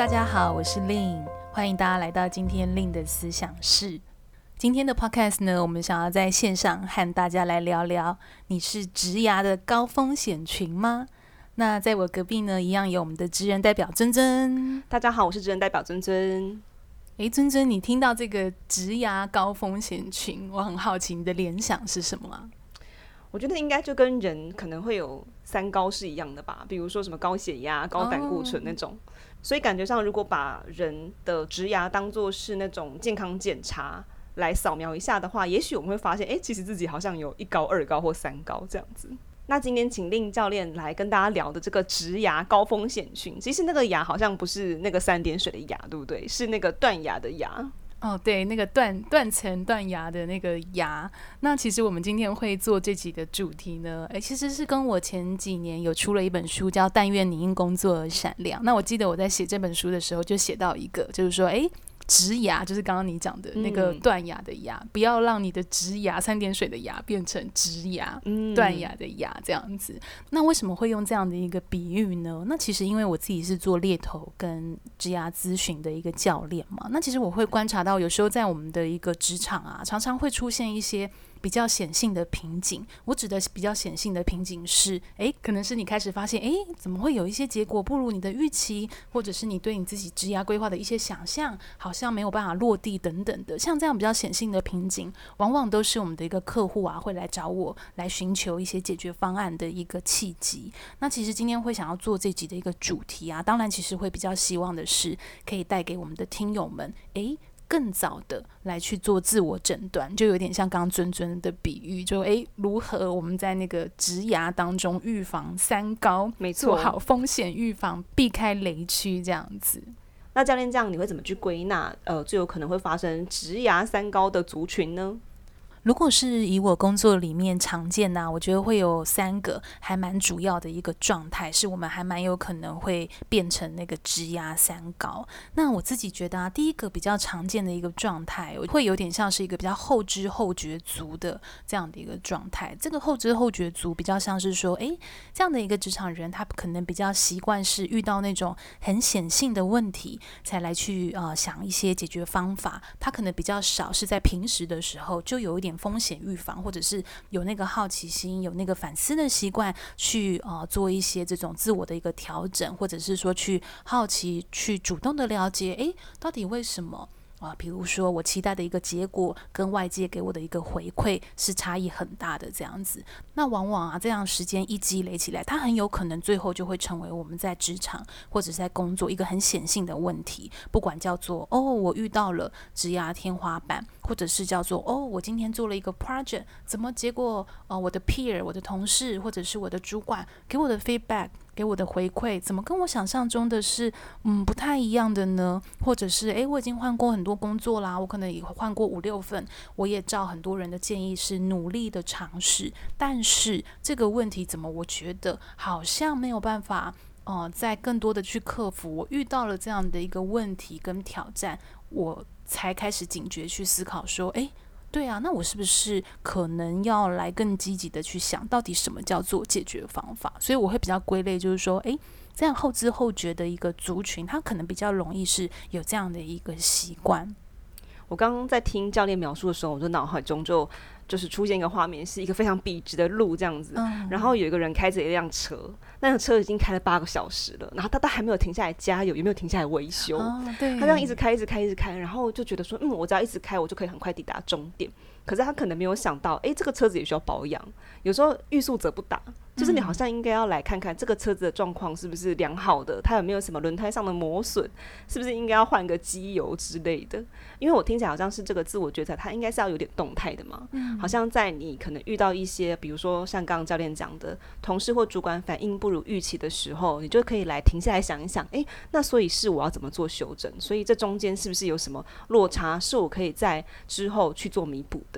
大家好，我是 Lin， 欢迎大家来到今天 Lin 的思想室。今天的 podcast 呢，我们想要在线上和大家来聊聊，你是职涯的高风险群吗？那在我隔壁呢，一样有我们的职人代表尊尊。 大家好，我是职人代表尊尊。 尊尊，你听到这个职涯高风险群，我很好奇你的联想是什么啊？ 我觉得应该就跟人可能会有三高是一样的吧，比如说什么高血压、高胆固醇那种。所以感觉上，如果把人的职涯当作是那种健康检查来扫描一下的话，也许我们会发现，其实自己好像有1高、2高或3高这样子。那今天请令教练来跟大家聊的这个职涯高风险群，其实那个牙好像不是那个3点水的牙，对不对？是那个断牙的牙。 哦，对，那个断层断牙的那个牙。那其实我们今天会做这集的主题呢，其实是跟我前几年有出了一本书叫《但愿你因工作而闪亮》。那我记得我在写这本书的时候就写到一个，就是说，植牙就是刚刚你讲的那个断牙的牙，不要让你的植牙3点水的牙变成植牙断牙的牙这样子。那为什么会用这样的一个比喻呢？那其实因为我自己是做猎头跟职涯咨询的一个教练嘛，那其实我会观察到有时候在我们的一个职场啊，常常会出现一些比较显性的瓶颈。我指的比较显性的瓶颈是可能是你开始发现怎么会有一些结果不如你的预期，或者是你对你自己职涯规划的一些想象好像没有办法落地等等的。像这样比较显性的瓶颈，往往都是我们的一个客户啊会来找我来寻求一些解决方案的一个契机。那其实今天会想要做这集的一个主题啊，当然其实会比较希望的是可以带给我们的听友们更早的来去做自我诊断，就有点像刚刚尊尊的比喻，就如何我们在那个职涯当中预防3高， 没错， 做好风险预防，避开雷区这样子。 那教练，这样你会怎么去归纳最有可能会发生职涯3高的族群呢？ 如果是以我工作里面常见我觉得会有3个还蛮主要的一个状态，是我们还蛮有可能会变成那个职涯3高。那我自己觉得第一个比较常见的一个状态，会有点像是一个比较后知后觉族的这样的一个状态。这个后知后觉族比较像是说，这样的一个职场人，他可能比较习惯是遇到那种很显性的问题才来去想一些解决方法，他可能比较少是在平时的时候就有一点风险预防，或者是有那个好奇心，有那个反思的习惯去做一些这种自我的一个调整，或者是说去好奇去主动的了解到底为什么比如说我期待的一个结果跟外界给我的一个回馈是差异很大的这样子。那往往这样时间一积累起来，它很有可能最后就会成为我们在职场或者在工作一个很显性的问题，不管叫做我遇到了职涯天花板，或者是叫做我今天做了一个 project， 怎么结果我的 peer 我的同事或者是我的主管给我的 feedback，给我的回馈怎么跟我想象中的是不太一样的呢？或者是我已经换过很多工作啦，我可能也换过5-6份，我也照很多人的建议是努力的尝试，但是这个问题怎么我觉得好像没有办法再更多的去克服。我遇到了这样的一个问题跟挑战，我才开始警觉去思考说对啊，那我是不是可能要来更积极的去想到底什么叫做解决方法？所以我会比较归类，就是说这样后知后觉的一个族群，他可能比较容易是有这样的一个习惯。 我刚刚在听教练描述的时候，我的脑海中就是出现一个画面，是一个非常笔直的路这样子，然后有一个人开着一辆车，那个车已经开了8个小时了，然后他还没有停下来加油，也没有停下来维修， 对， 他这样一直开，然后就觉得说，我只要一直开，我就可以很快抵达终点。可是他可能没有想到，这个车子也需要保养。有时候欲速则不达，就是你好像应该要来看看这个车子的状况是不是良好的，它有没有什么轮胎上的磨损，是不是应该要换个机油之类的。因为我听起来好像是这个自我觉察，它应该是要有点动态的嘛。好像在你可能遇到一些，比如说像刚刚教练讲的，同事或主管反应不如预期的时候，你就可以来停下来想一想，那所以是我要怎么做修正？所以这中间是不是有什么落差，是我可以在之后去做弥补的？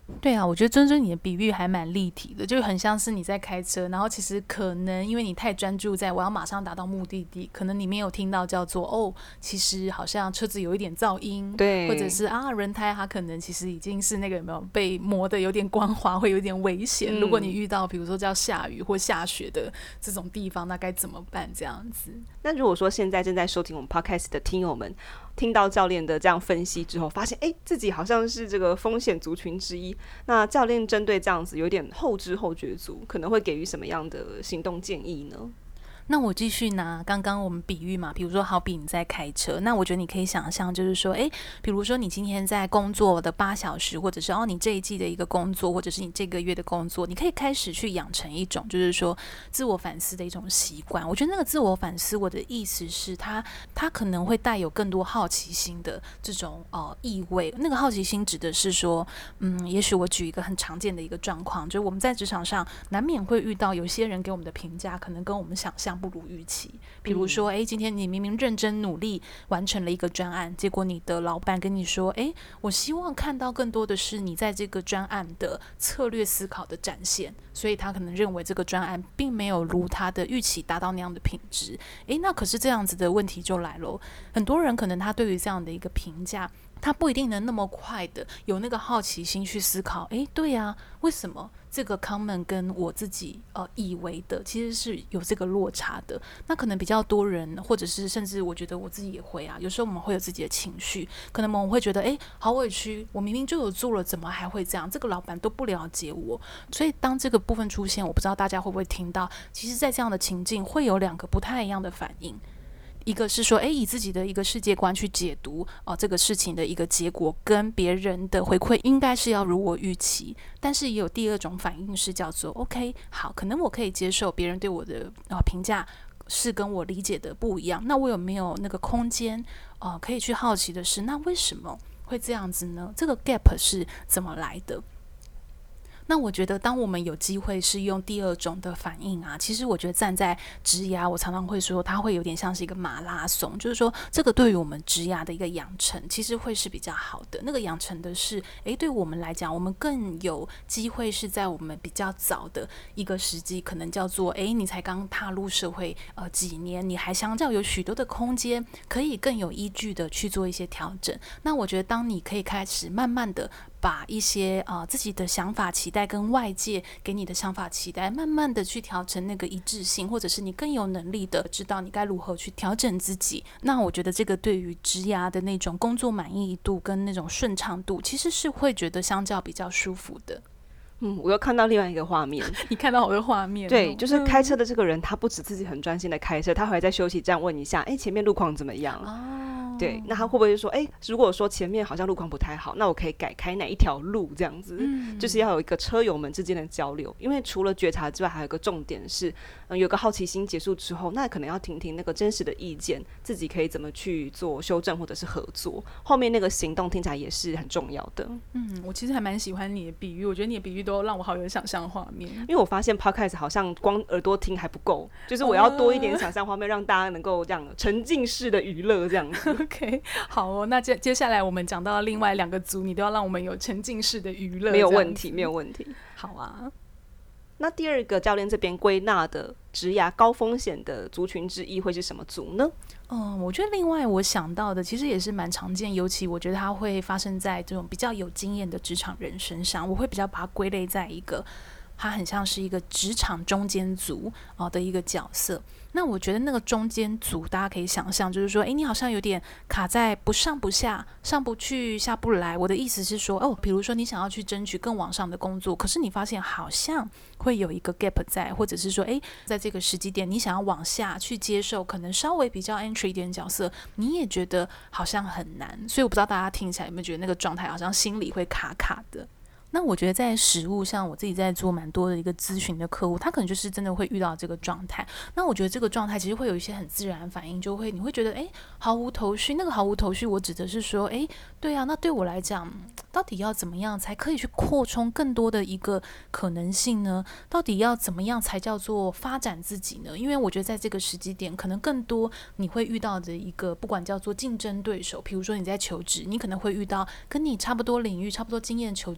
对啊，我觉得尊尊你的比喻还蛮立体的，就很像是你在开车，然后其实可能因为你太专注在我要马上达到目的地，可能你没有听到叫做其实好像车子有一点噪音， 对， 或者是轮胎它可能其实已经是那个有没有被磨得有点光滑，会有点危险。如果你遇到比如说叫下雨或下雪的这种地方，那该怎么办？这样子。 那如果说现在正在收听我们 podcast 的听友们，听到教练的这样分析之后，发现自己好像是这个风险族群之一，那教练针对这样子有点后知后觉族，可能会给予什么样的行动建议呢？ 那我继续拿刚刚我们比喻嘛，比如说好比你在开车，那我觉得你可以想象就是说比如说你今天在工作的8小时，或者是你这一季的一个工作，或者是你这个月的工作，你可以开始去养成一种就是说自我反思的一种习惯。我觉得那个自我反思，我的意思是它可能会带有更多好奇心的这种意味。那个好奇心指的是说也许我举一个很常见的一个状况，就是我们在职场上难免会遇到有些人给我们的评价可能跟我们想象不如预期。比如说今天你明明认真努力完成了一个专案，结果你的老板跟你说我希望看到更多的是你在这个专案的策略思考的展现，所以他可能认为这个专案并没有如他的预期达到那样的品质。那可是这样子的问题就来了，很多人可能他对于这样的一个评价，他不一定能那么快的有那个好奇心去思考对啊，为什么这个 comment 跟我自己以为的其实是有这个落差的。那可能比较多人，或者是甚至我觉得我自己也会有时候我们会有自己的情绪，可能我们会觉得好委屈，我明明就有做了，怎么还会这样，这个老板都不了解我。所以当这个部分出现，我不知道大家会不会听到，其实在这样的情境会有2个不太一样的反应。一个是说以自己的一个世界观去解读这个事情的一个结果跟别人的回馈应该是要如我预期，但是也有第2种反应是叫做 OK 好，可能我可以接受别人对我的评价是跟我理解的不一样，那我有没有那个空间可以去好奇的是，那为什么会这样子呢？这个 gap 是怎么来的？那我觉得当我们有机会是用第2种的反应其实我觉得站在职涯，我常常会说它会有点像是一个马拉松，就是说这个对于我们职涯的一个养成其实会是比较好的。那个养成的是对我们来讲，我们更有机会是在我们比较早的一个时机，可能叫做你才刚踏入社会几年，你还相较有许多的空间可以更有依据的去做一些调整。那我觉得当你可以开始慢慢的把一些自己的想法期待跟外界给你的想法期待慢慢的去调成那个一致性，或者是你更有能力的知道你该如何去调整自己，那我觉得这个对于职涯的那种工作满意度跟那种顺畅度其实是会觉得相较比较舒服的。 我又看到另外一个画面。 你看到好多画面对，就是开车的这个人他不止自己很专心的开车，他还在休息站问一下前面路况怎么样对，那他会不会说如果说前面好像路况不太好，那我可以改开哪一条路这样子就是要有一个车友们之间的交流。因为除了觉察之外，还有一个重点是有个好奇心结束之后，那可能要听听那个真实的意见，自己可以怎么去做修正或者是合作，后面那个行动听起来也是很重要的。 我其实还蛮喜欢你的比喻，我觉得你的比喻都让我好有想象画面。 因为我发现 podcast 好像光耳朵听还不够，就是我要多一点想象画面，让大家能够这样沉浸式的娱乐这样子。 OK， 好那接下来我们讲到另外2个组，你都要让我们有沉浸式的娱乐。 没有问题，没有问题。 好啊。 那第2个教练这边归纳的职涯高风险的族群之一会是什么族呢？ 我觉得另外我想到的其实也是蛮常见，尤其我觉得它会发生在这种比较有经验的职场人身上，我会比较把它归类在一个它很像是一个职场中间族的一个角色。那我觉得那个中间组大家可以想象，就是说你好像有点卡在不上不下，上不去下不来。我的意思是说比如说你想要去争取更往上的工作，可是你发现好像会有一个 gap 在，或者是说在这个时机点你想要往下去接受可能稍微比较 entry 一点的角色，你也觉得好像很难。所以我不知道大家听起来有没有觉得那个状态好像心里会卡卡的。那我觉得在实务上，我自己在做蛮多的一个咨询的客户，他可能就是真的会遇到这个状态。那我觉得这个状态其实会有一些很自然的反应，你会觉得毫无头绪。那个毫无头绪，我指的是说对啊，那对我来讲到底要怎么样才可以去扩充更多的一个可能性呢？到底要怎么样才叫做发展自己呢？因为我觉得在这个时机点，可能更多你会遇到的一个不管叫做竞争对手，比如说你在求职，你可能会遇到跟你差不多领域差不多经验的求职者，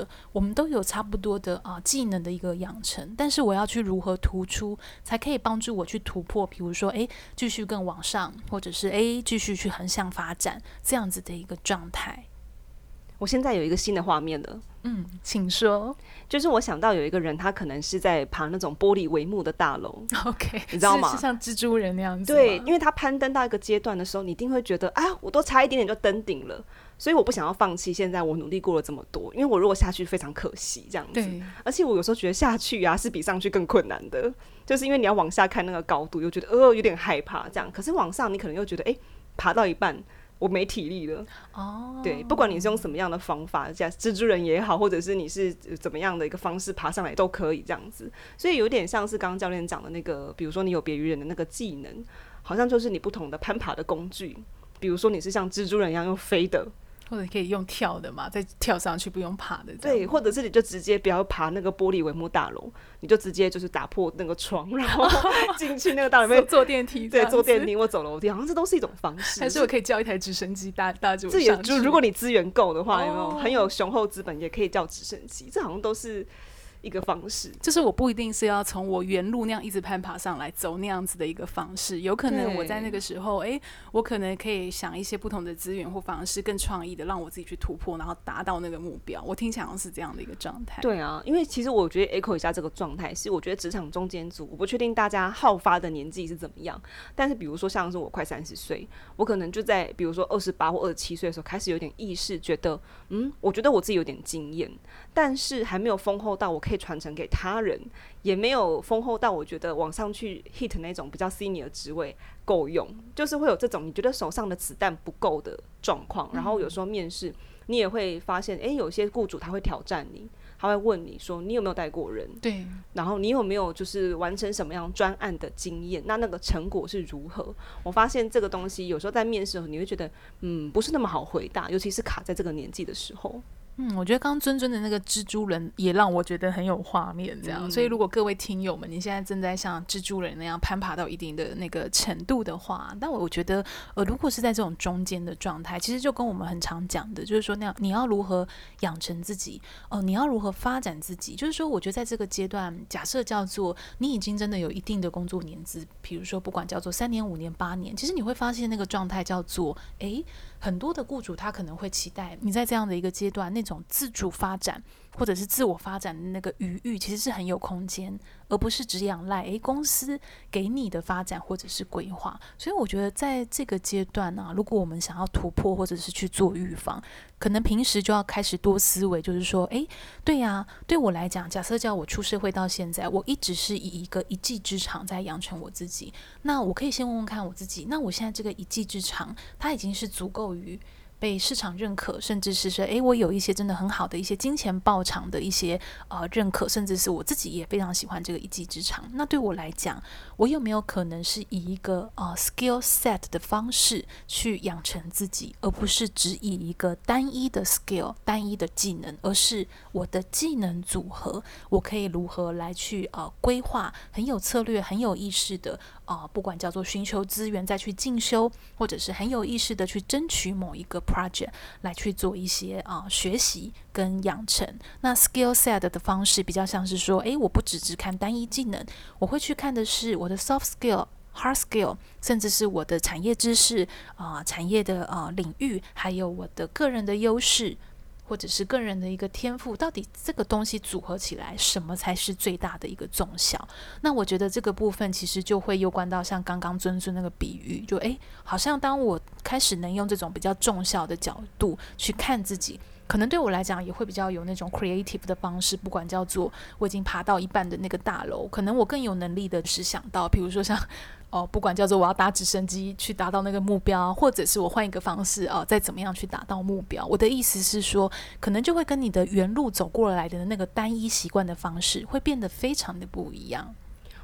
者，我们都有差不多的技能的一个养成，但是我要去如何突出，才可以帮助我去突破，比如说继续更往上，或者是继续去横向发展这样子的一个状态。 我现在有一个新的画面了， 请说。 就是我想到有一个人，他可能是在爬那种玻璃帷幕的大楼 ，OK， 你知道吗？ 是像蜘蛛人那样子吗？ 对，因为他攀登到一个阶段的时候，你一定会觉得我都差一点点就登顶了，所以我不想要放弃。现在我努力过了这么多，因为我如果下去非常可惜这样子。而且我有时候觉得下去是比上去更困难的，就是因为你要往下看那个高度，又觉得有点害怕这样。可是往上你可能又觉得爬到一半我没体力了。对，不管你是用什么样的方法，像蜘蛛人也好，或者是你是怎么样的一个方式爬上来都可以这样子。所以有点像是刚刚教练讲的那个，比如说你有别于人的那个技能，好像就是你不同的攀爬的工具。比如说你是像蜘蛛人一样用飞的， 或者可以用跳的嘛，再跳上去不用爬的。 对，或者是你就直接不要爬那个玻璃帷幕大楼，你就直接就是打破那个窗，然后进去那个大楼里面坐电梯。 对，坐电梯或走楼梯，好像这都是一种方式。 还是我可以叫一台直升机搭着我上去。 这也如果你资源够的话，有没有很有雄厚资本，也可以叫直升机。这好像都是一个方式， 就是我不一定是要从我原路那样一直攀爬上来走那样子的一个方式，有可能我在那个时候我可能可以想一些不同的资源或方式，更创意的让我自己去突破，然后达到那个目标。我听起来好像是这样的一个状态。 对啊，因为其实我觉得 echo 一下这个状态是我觉得职场中间组，我不确定大家好发的年纪是怎么样，但是比如说像是我快30岁，我可能就在比如说28或27岁的时候开始有点意识，觉得我觉得我自己有点经验，但是还没有丰厚到我可以传承给他人，也没有丰厚到我觉得往上去 hit 那种比较 senior 职位够用，就是会有这种你觉得手上的子弹不够的状况。然后有时候面试你也会发现有些雇主他会挑战你，他会问你说你有没有带过人， 对， 然后你有没有就是完成什么样专案的经验，那个成果是如何。我发现这个东西有时候在面试的时候你会觉得不是那么好回答，尤其是卡在这个年纪的时候。 我觉得刚刚尊尊的那个蜘蛛人也让我觉得很有画面这样，所以如果各位听友们你现在正在像蜘蛛人那样攀爬到一定的那个程度的话，但我觉得如果是在这种中间的状态，其实就跟我们很常讲的就是说，那你要如何养成自己你要如何发展自己，就是说我觉得在这个阶段，假设叫做你已经真的有一定的工作年资，比如说不管叫做3年5年8年，其实你会发现那个状态叫做很多的雇主他可能会期待你在这样的一个阶段，那种自主发展或者是自我发展的那个余裕其实是很有空间，而不是只仰赖公司给你的发展或者是规划。所以我觉得在这个阶段如果我们想要突破或者是去做预防，可能平时就要开始多思维，就是说对啊，对我来讲，假设叫我出社会到现在，我一直是以一个一技之长在养成我自己，那我可以先问问看我自己，那我现在这个一技之长它已经是足够于被市场认可，甚至是说我有一些真的很好的一些金钱报偿的一些认可，甚至是我自己也非常喜欢这个一技之长。那对我来讲，我有没有可能是以一个skill set 的方式去养成自己，而不是只以一个单一的 skill 单一的技能，而是我的技能组合我可以如何来去规划，很有策略很有意识的不管叫做寻求资源再去进修，或者是很有意识的去争取某一个 project 来去做一些学习跟养成。那 skill set 的方式比较像是说我不只看单一技能，我会去看的是我的 soft skill、hard skill， 甚至是我的产业知识产业的领域，还有我的个人的优势或者是个人的一个天赋，到底这个东西组合起来什么才是最大的一个综效。那我觉得这个部分其实就会攸关到像刚刚尊尊那个比喻，就好像当我开始能用这种比较重效的角度去看自己，可能对我来讲也会比较有那种 creative 的方式，不管叫做我已经爬到一半的那个大楼，可能我更有能力的是想到比如说像不管叫做我要搭直升机去达到那个目标，或者是我换一个方式再怎么样去达到目标。我的意思是说，可能就会跟你的原路走过来的那个单一习惯的方式会变得非常的不一样。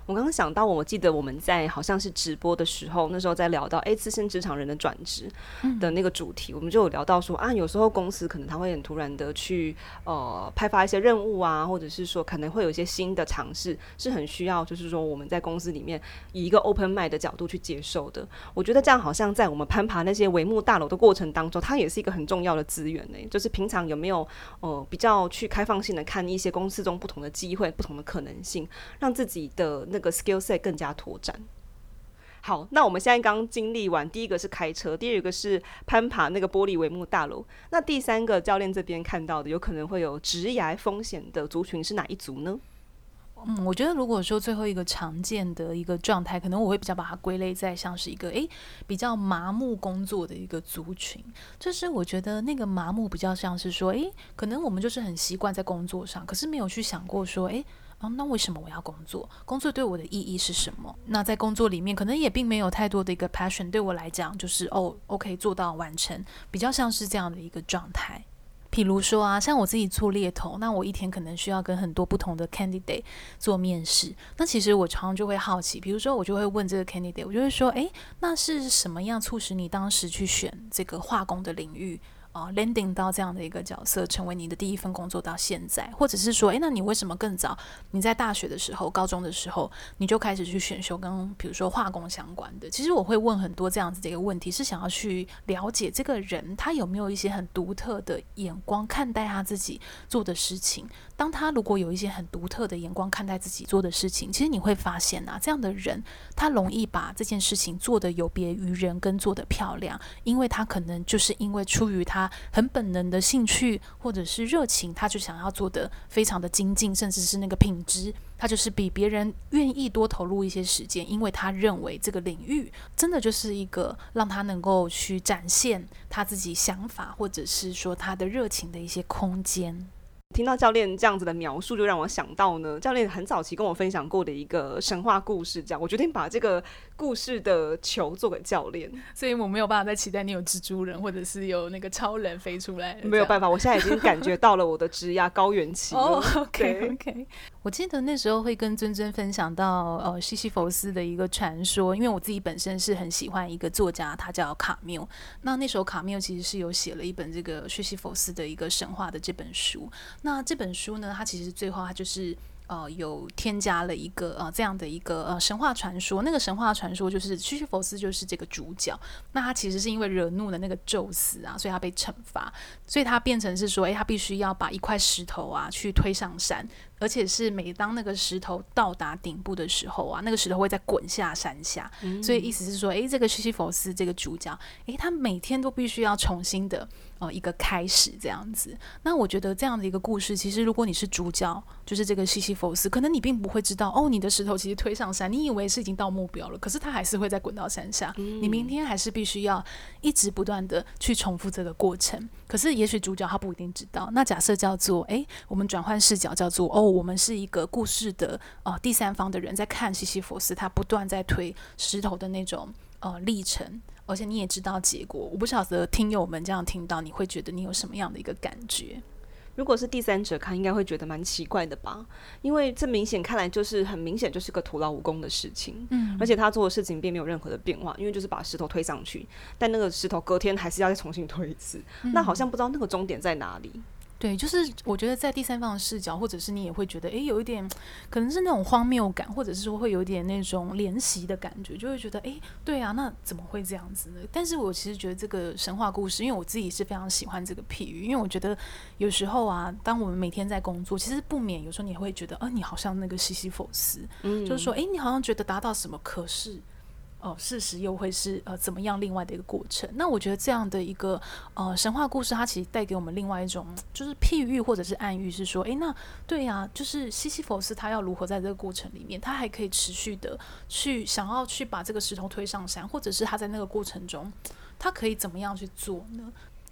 我刚刚想到，我记得我们在好像是直播的时候，那时候在聊到资深职场人的转职的那个主题，我们就有聊到说啊，有时候公司可能他会很突然的去派发一些任务啊，或者是说可能会有一些新的尝试，是很需要就是说我们在公司里面以一个 open mind 的角度去接受的。我觉得这样好像在我们攀爬那些帷幕大楼的过程当中，它也是一个很重要的资源呢。就是平常有没有比较去开放性的看一些公司中不同的机会、不同的可能性，让自己的那个 skill set 更加拓展。好，那我们现在刚经历完第一个是开车，第二个是攀爬那个玻璃帷幕大楼，那第三个教练这边看到的有可能会有职涯风险的族群是哪一组呢？ 我觉得如果说最后一个常见的一个状态，可能我会比较把它归类在像是一个比较麻木工作的一个族群。就是我觉得那个麻木比较像是说可能我们就是很习惯在工作上，可是没有去想过说那为什么我要工作？工作对我的意义是什么？那在工作里面可能也并没有太多的一个 passion， 对我来讲就是OK 做到完成，比较像是这样的一个状态。譬如说啊，像我自己做猎头，那我一天可能需要跟很多不同的 candidate 做面试，那其实我常常就会好奇，比如说我就会问这个 candidate， 我就会说那是什么样促使你当时去选这个化工的领域landing 到这样的一个角色，成为你的第一份工作到现在，或者是说那你为什么更早你在大学的时候、高中的时候你就开始去选修跟比如说化工相关的？其实我会问很多这样子的一个问题，是想要去了解这个人他有没有一些很独特的眼光看待他自己做的事情。当他如果有一些很独特的眼光看待自己做的事情，其实你会发现这样的人他容易把这件事情做得有别于人跟做得漂亮，因为他可能就是因为出于他很本能的兴趣或者是热情，他就想要做得非常的精进，甚至是那个品质他就是比别人愿意多投入一些时间，因为他认为这个领域真的就是一个让他能够去展现他自己想法或者是说他的热情的一些空间。 听到教练这样子的描述，就让我想到呢，教练很早期跟我分享过的一个神话故事，这样我决定把这个故事的球做给教练。 所以我没有办法再期待你有蜘蛛人或者是有那个超人飞出来， 没有办法，我现在已经感觉到了我的职涯高原期了。 OK， 我记得那时候会跟尊尊分享到西西弗斯的一个传说，因为我自己本身是很喜欢一个作家，他叫卡缪。那时候卡缪其实是有写了一本这个西西弗斯的一个神话的这本书。那这本书呢，它其实最后它就是有添加了一个这样的一个神话传说。那个神话传说就是西西弗斯就是这个主角，那他其实是因为惹怒了那个宙斯所以他被惩罚，所以他变成是说他必须要把一块石头去推上山，而且是每当那个石头到达顶部的时候那个石头会再滚下山下，所以意思是说这个西西弗斯这个主角他每天都必须要重新的一个开始这样子。那我觉得这样的一个故事，其实如果你是主角，就是这个西西弗斯，可能你并不会知道你的石头其实推上山，你以为是已经到目标了，可是它还是会再滚到山下，你明天还是必须要一直不断的去重复这个过程。可是也许主角他不一定知道。那假设叫做我们转换视角，叫做我们是一个故事的第三方的人在看西西弗斯他不断在推石头的那种历程，而且你也知道结果。我不晓得听友们这样听到，你会觉得你有什么样的一个感觉？ 如果是第三者看，应该会觉得蛮奇怪的吧？因为这明显看来就是很明显就是个徒劳无功的事情，而且他做的事情并没有任何的变化，因为就是把石头推上去，但那个石头隔天还是要再重新推一次，那好像不知道那个终点在哪里。 对，就是我觉得在第三方的视角，或者是你也会觉得有一点可能是那种荒谬感，或者是说会有一点那种怜惜的感觉，就会觉得对啊，那怎么会这样子呢？但是我其实觉得这个神话故事，因为我自己是非常喜欢这个譬喻，因为我觉得有时候当我们每天在工作，其实不免有时候你会觉得你好像那个西西弗斯，就是说你好像觉得达到什么，可是事实又会是怎么样另外的一个过程。那我觉得这样的一个神话故事，它其实带给我们另外一种就是譬喻或者是暗喻，是说那对啊，就是西西弗斯他要如何在这个过程里面，他还可以持续的去想要去把这个石头推上山，或者是他在那个过程中他可以怎么样去做呢？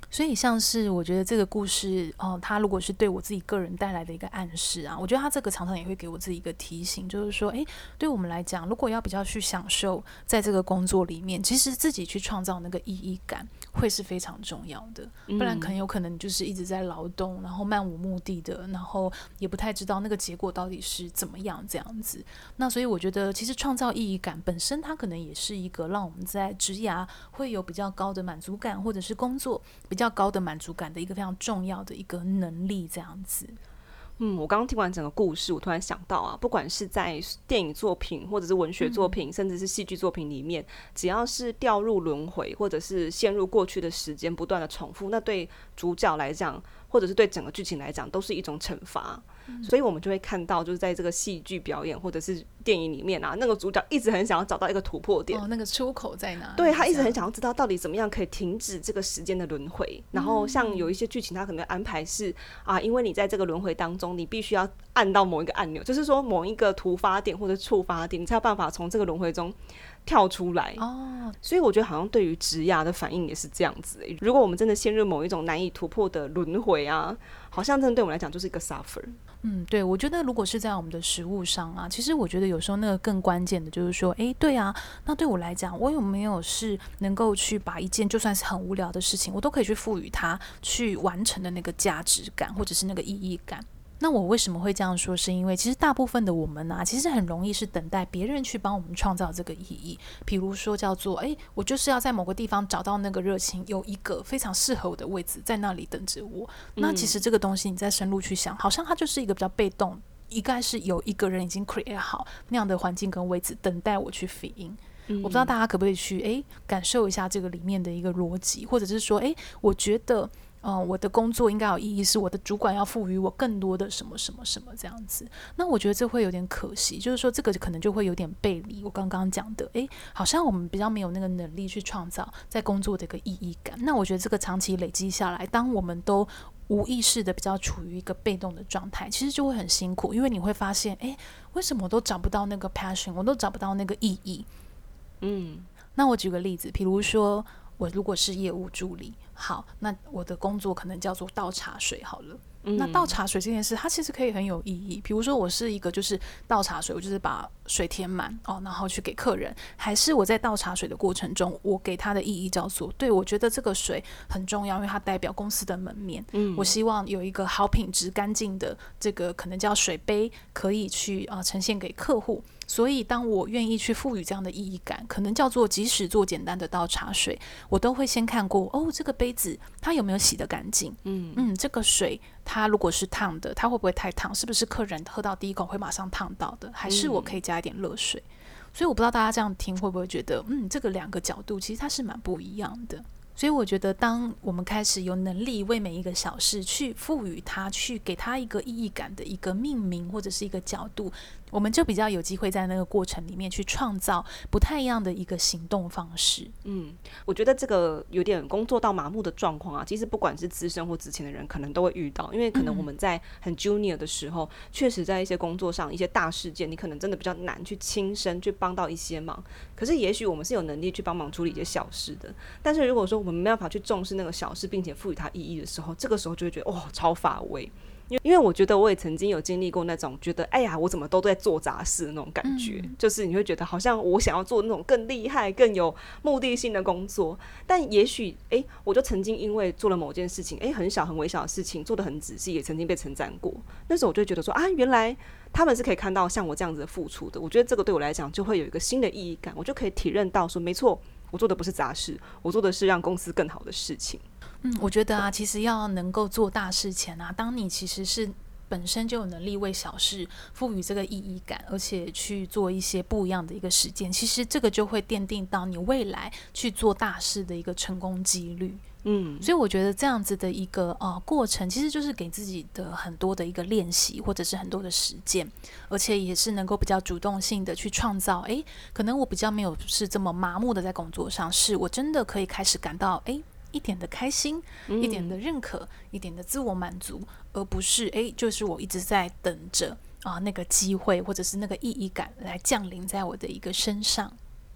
所以像是我觉得这个故事，它如果是对我自己个人带来的一个暗示啊，我觉得它这个常常也会给我自己一个提醒，就是说，对我们来讲，如果要比较去享受在这个工作里面，其实自己去创造那个意义感会是非常重要的，不然很有可能你就是一直在劳动，然后漫无目的的，然后也不太知道那个结果到底是怎么样这样子。那所以我觉得，其实创造意义感本身，它可能也是一个让我们在职涯会有比较高的满足感，或者是工作比较高的满足感的一个非常重要的一个能力这样子。 我刚刚听完整个故事，我突然想到啊，不管是在电影作品或者是文学作品，甚至是戏剧作品里面，只要是掉入轮回，或者是陷入过去的时间不断的重复，那对主角来讲，或者是对整个剧情来讲，都是一种惩罚。所以我们就会看到，就是在这个戏剧表演或者是电影里面啊，那个主角一直很想要找到一个突破点， 那个出口在哪里？ 对，他一直很想要知道到底怎么样可以停止这个时间的轮回。然后像有一些剧情，他可能安排是因为你在这个轮回当中，你必须要按到某一个按钮，就是说某一个突发点或者触发点，你才有办法从这个轮回中跳出来。所以我觉得好像对于职涯的反应也是这样子。如果我们真的陷入某一种难以突破的轮回啊，好像真的对我们来讲就是一个 suffer。 对，我觉得如果是在我们的实务上啊，其实我觉得有时候那个更关键的就是说，对啊，那对我来讲，我有没有是能够去把一件就算是很无聊的事情，我都可以去赋予它去完成的那个价值感，或者是那个意义感。那我为什么会这样说，是因为其实大部分的我们啊，其实很容易是等待别人去帮我们创造这个意义。比如说叫做我就是要在某个地方找到那个热情，有一个非常适合我的位置在那里等着我。那其实这个东西你再深入去想，好像它就是一个比较被动，应该是有一个人已经 create 好那样的环境跟位置等待我去 fit in。我不知道大家可不可以去感受一下这个里面的一个逻辑，或者是说我觉得我的工作应该有意义，是我的主管要赋予我更多的什么什么什么这样子。那我觉得这会有点可惜，就是说这个可能就会有点背离我刚刚讲的好像我们比较没有那个能力去创造在工作的一个意义感。那我觉得这个长期累积下来，当我们都无意识的比较处于一个被动的状态，其实就会很辛苦，因为你会发现为什么我都找不到那个 passion， 我都找不到那个意义。那我举个例子，比如说我如果是业务助理，好，那我的工作可能叫做倒茶水好了。那倒茶水这件事，它其实可以很有意义。比如说我是一个就是倒茶水，我就是把水填满然后去给客人，还是我在倒茶水的过程中，我给他的意义叫做，对，我觉得这个水很重要，因为它代表公司的门面。我希望有一个好品质干净的这个可能叫水杯，可以去呈现给客户。所以当我愿意去赋予这样的意义感，可能叫做即使做简单的倒茶水，我都会先看过这个杯子它有没有洗得干净，这个水它如果是烫的，它会不会太烫，是不是客人喝到第一口会马上烫到的，还是我可以加一点热水。所以我不知道大家这样听会不会觉得这个两个角度其实它是蛮不一样的。所以我觉得当我们开始有能力为每一个小事去赋予它，去给它一个意义感的一个命名或者是一个角度，我们就比较有机会在那个过程里面去创造不太一样的一个行动方式。 我觉得这个有点工作到麻木的状况啊，其实不管是资深或之前的人可能都会遇到，因为可能我们在很 junior 的时候，确实在一些工作上一些大事件，你可能真的比较难去亲身去帮到一些忙，可是也许我们是有能力去帮忙处理一些小事的。但是如果说我们没办法去重视那个小事并且赋予它意义的时候，这个时候就会觉得超乏味。因为我觉得我也曾经有经历过那种觉得我怎么都在做杂事的那种感觉，就是你会觉得好像我想要做那种更厉害更有目的性的工作，但也许我就曾经因为做了某件事情很小很微小的事情做得很仔细，也曾经被称赞过。那时候我就觉得说原来他们是可以看到像我这样子的付出的。我觉得这个对我来讲就会有一个新的意义感，我就可以体认到说没错，我做的不是杂事，我做的是让公司更好的事情。 我觉得其实要能够做大事前当你其实是本身就有能力为小事赋予这个意义感，而且去做一些不一样的一个实践，其实这个就会奠定到你未来去做大事的一个成功几率。所以我觉得这样子的一个过程，其实就是给自己的很多的一个练习，或者是很多的实践，而且也是能够比较主动性的去创造可能我比较没有是这么麻木的在工作上，是我真的可以开始感到一点的开心，一点的认可，一点的自我满足，而不是就是我一直在等着那个机会或者是那个意义感来降临在我的一个身上。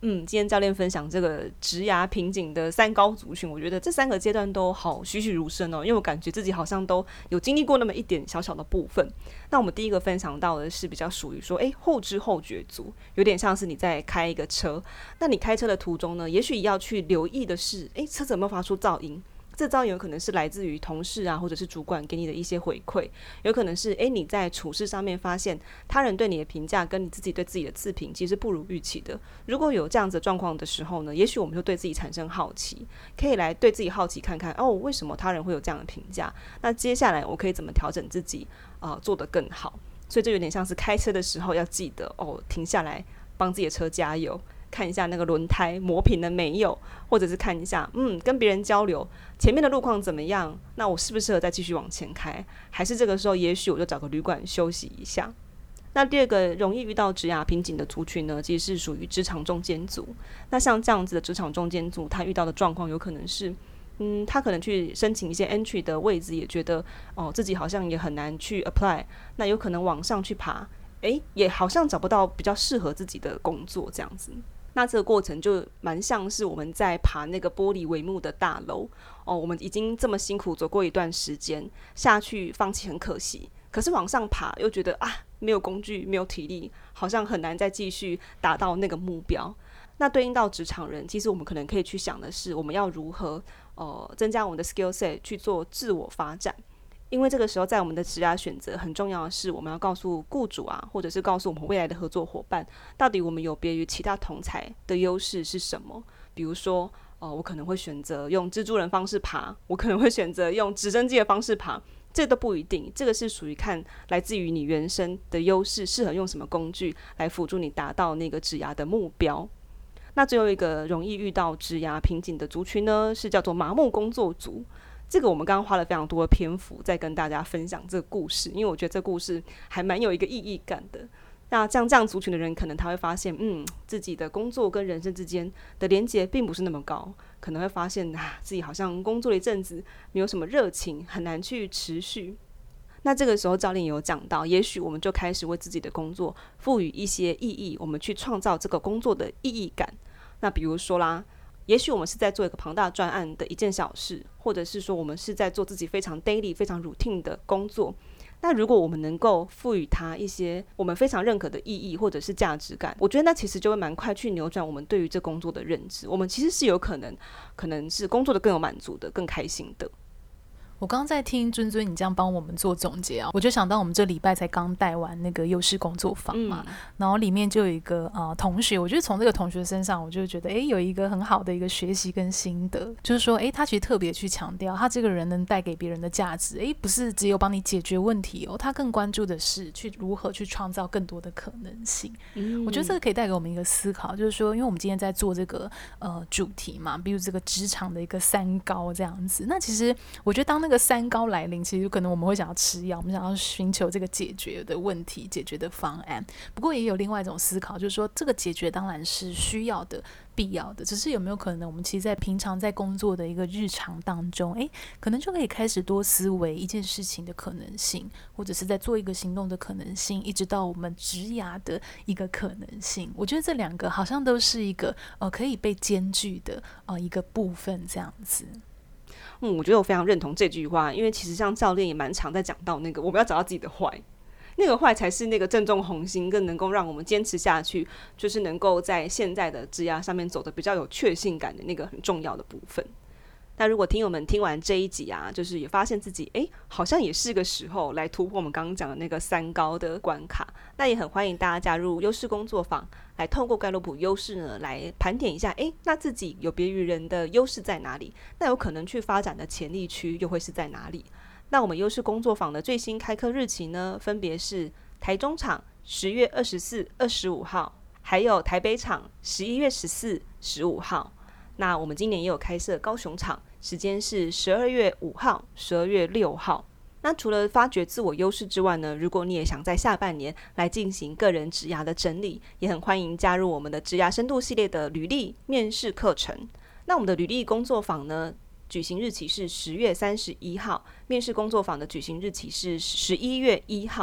今天教练分享这个职涯瓶颈的3高族群，我觉得这3个阶段都好栩栩如生哦，因为我感觉自己好像都有经历过那么一点小小的部分。那我们第一个分享到的是比较属于说后知后觉族，有点像是你在开一个车，那你开车的途中呢，也许要去留意的是车子有没有发出噪音，这噪音有可能是来自于同事啊，或者是主管给你的一些回馈，有可能是你在处事上面发现他人对你的评价跟你自己对自己的自评其实不如预期的。如果有这样子的状况的时候呢，也许我们就对自己产生好奇，可以来对自己好奇看看为什么他人会有这样的评价，那接下来我可以怎么调整自己做得更好。所以这有点像是开车的时候要记得停下来帮自己的车加油，看一下那个轮胎磨平了没有，或者是看一下跟别人交流前面的路况怎么样，那我适不适合再继续往前开，还是这个时候也许我就找个旅馆休息一下。那第二个容易遇到职涯瓶颈的族群呢，其实是属于职场中间组。那像这样子的职场中间组，他遇到的状况有可能是他可能去申请一些 entry 的位置，也觉得自己好像也很难去 apply， 那有可能往上去爬也好像找不到比较适合自己的工作这样子。那这个过程就蛮像是我们在爬那个玻璃帷幕的大楼我们已经这么辛苦走过一段时间，下去放弃很可惜，可是往上爬又觉得没有工具没有体力，好像很难再继续达到那个目标。那对应到职场人，其实我们可能可以去想的是，我们要如何增加我们的 skill set 去做自我发展。因为这个时候在我们的职涯选择很重要的是，我们要告诉雇主啊，或者是告诉我们未来的合作伙伴，到底我们有别于其他同侪的优势是什么。比如说我可能会选择用蜘蛛人方式爬，我可能会选择用直升机的方式爬，这都不一定，这个是属于看来自于你原生的优势，适合用什么工具来辅助你达到那个职涯的目标。那最后一个容易遇到职涯瓶颈的族群呢，是叫做麻木工作族。这个我们刚刚花了非常多的篇幅在跟大家分享这个故事，因为我觉得这个故事还蛮有一个意义感的。那像这样族群的人，可能他会发现自己的工作跟人生之间的连结并不是那么高，可能会发现自己好像工作了一阵子没有什么热情，很难去持续。那这个时候教练也有讲到，也许我们就开始为自己的工作赋予一些意义，我们去创造这个工作的意义感。那比如说啦，也许我们是在做一个庞大专案的一件小事，或者是说我们是在做自己非常 daily 非常 routine 的工作。那如果我们能够赋予它一些我们非常认可的意义或者是价值感，我觉得那其实就会蛮快去扭转我们对于这工作的认知，我们其实是有可能是工作的更有满足的，更开心的。 我刚在听尊尊你这样帮我们做总结啊，我就想到我们这礼拜才刚带完那个优势工作坊嘛，然后里面就有一个同学，我觉得从这个同学身上，我就觉得有一个很好的一个学习跟心得，就是说他其实特别去强调他这个人能带给别人的价值，不是只有帮你解决问题他更关注的是去如何去创造更多的可能性。我觉得这个可以带给我们一个思考，就是说因为我们今天在做这个主题嘛，比如这个职场的一个3高这样子，那其实我觉得当那个3高来临，其实可能我们会想要吃药，我们想要寻求这个解决的问题解决的方案。不过也有另外一种思考，就是说这个解决当然是需要的必要的，只是有没有可能我们其实在平常在工作的一个日常当中可能就可以开始多思维一件事情的可能性，或者是在做一个行动的可能性，一直到我们职涯的一个可能性。我觉得这2个好像都是一个可以被兼具的一个部分这样子。 我觉得我非常认同这句话，因为其实像教练也蛮常在讲到那个我们要找到自己的坏，那个坏才是那个正中红心，更能够让我们坚持下去，就是能够在现在的职涯上面走得比较有确信感的那个很重要的部分。那如果听友们听完这一集啊，就是也发现自己好像也是个时候来突破我们刚刚讲的那个3高的关卡，那也很欢迎大家加入优势工作坊，来透过盖洛普优势呢来盘点一下那自己有别于人的优势在哪里，那有可能去发展的潜力区又会是在哪里。那我们优势工作坊的最新开课日期呢，分别是台中场10月24、25号，还有台北场11月14、15号。那我们今年也有开设高雄场，时间是12月5号、12月6号。那除了发掘自我优势之外呢，如果你也想在下半年来进行个人职涯的整理，也很欢迎加入我们的职涯深度系列的履历面试课程。那我们的履历工作坊呢，举行日期是10月31号，面试工作坊的举行日期是11月1号。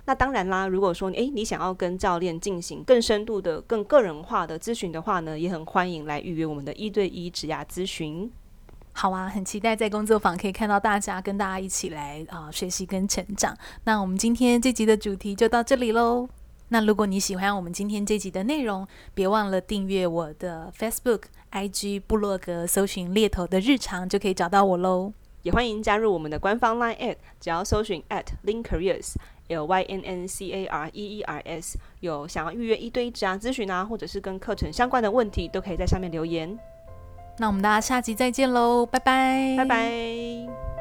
那当然啦，如果说你想要跟教练进行更深度的、更个人化的咨询的话呢，也很欢迎来预约我们的1对1职涯咨询。 好啊，很期待在工作坊可以看到大家，跟大家一起来学习跟成长。那我们今天这集的主题就到这里咯。那如果你喜欢我们今天这集的内容，别忘了订阅我的 Facebook、IG、部落格，搜寻猎头的日常就可以找到我咯。 也欢迎加入我们的官方 LINE@， 只要搜寻@LynCareers LYNNCAREERS， 有想要预约1对1职涯咨询啊，或者是跟课程相关的问题，都可以在上面留言。 那我们大家下集再见咯，拜拜， 拜拜。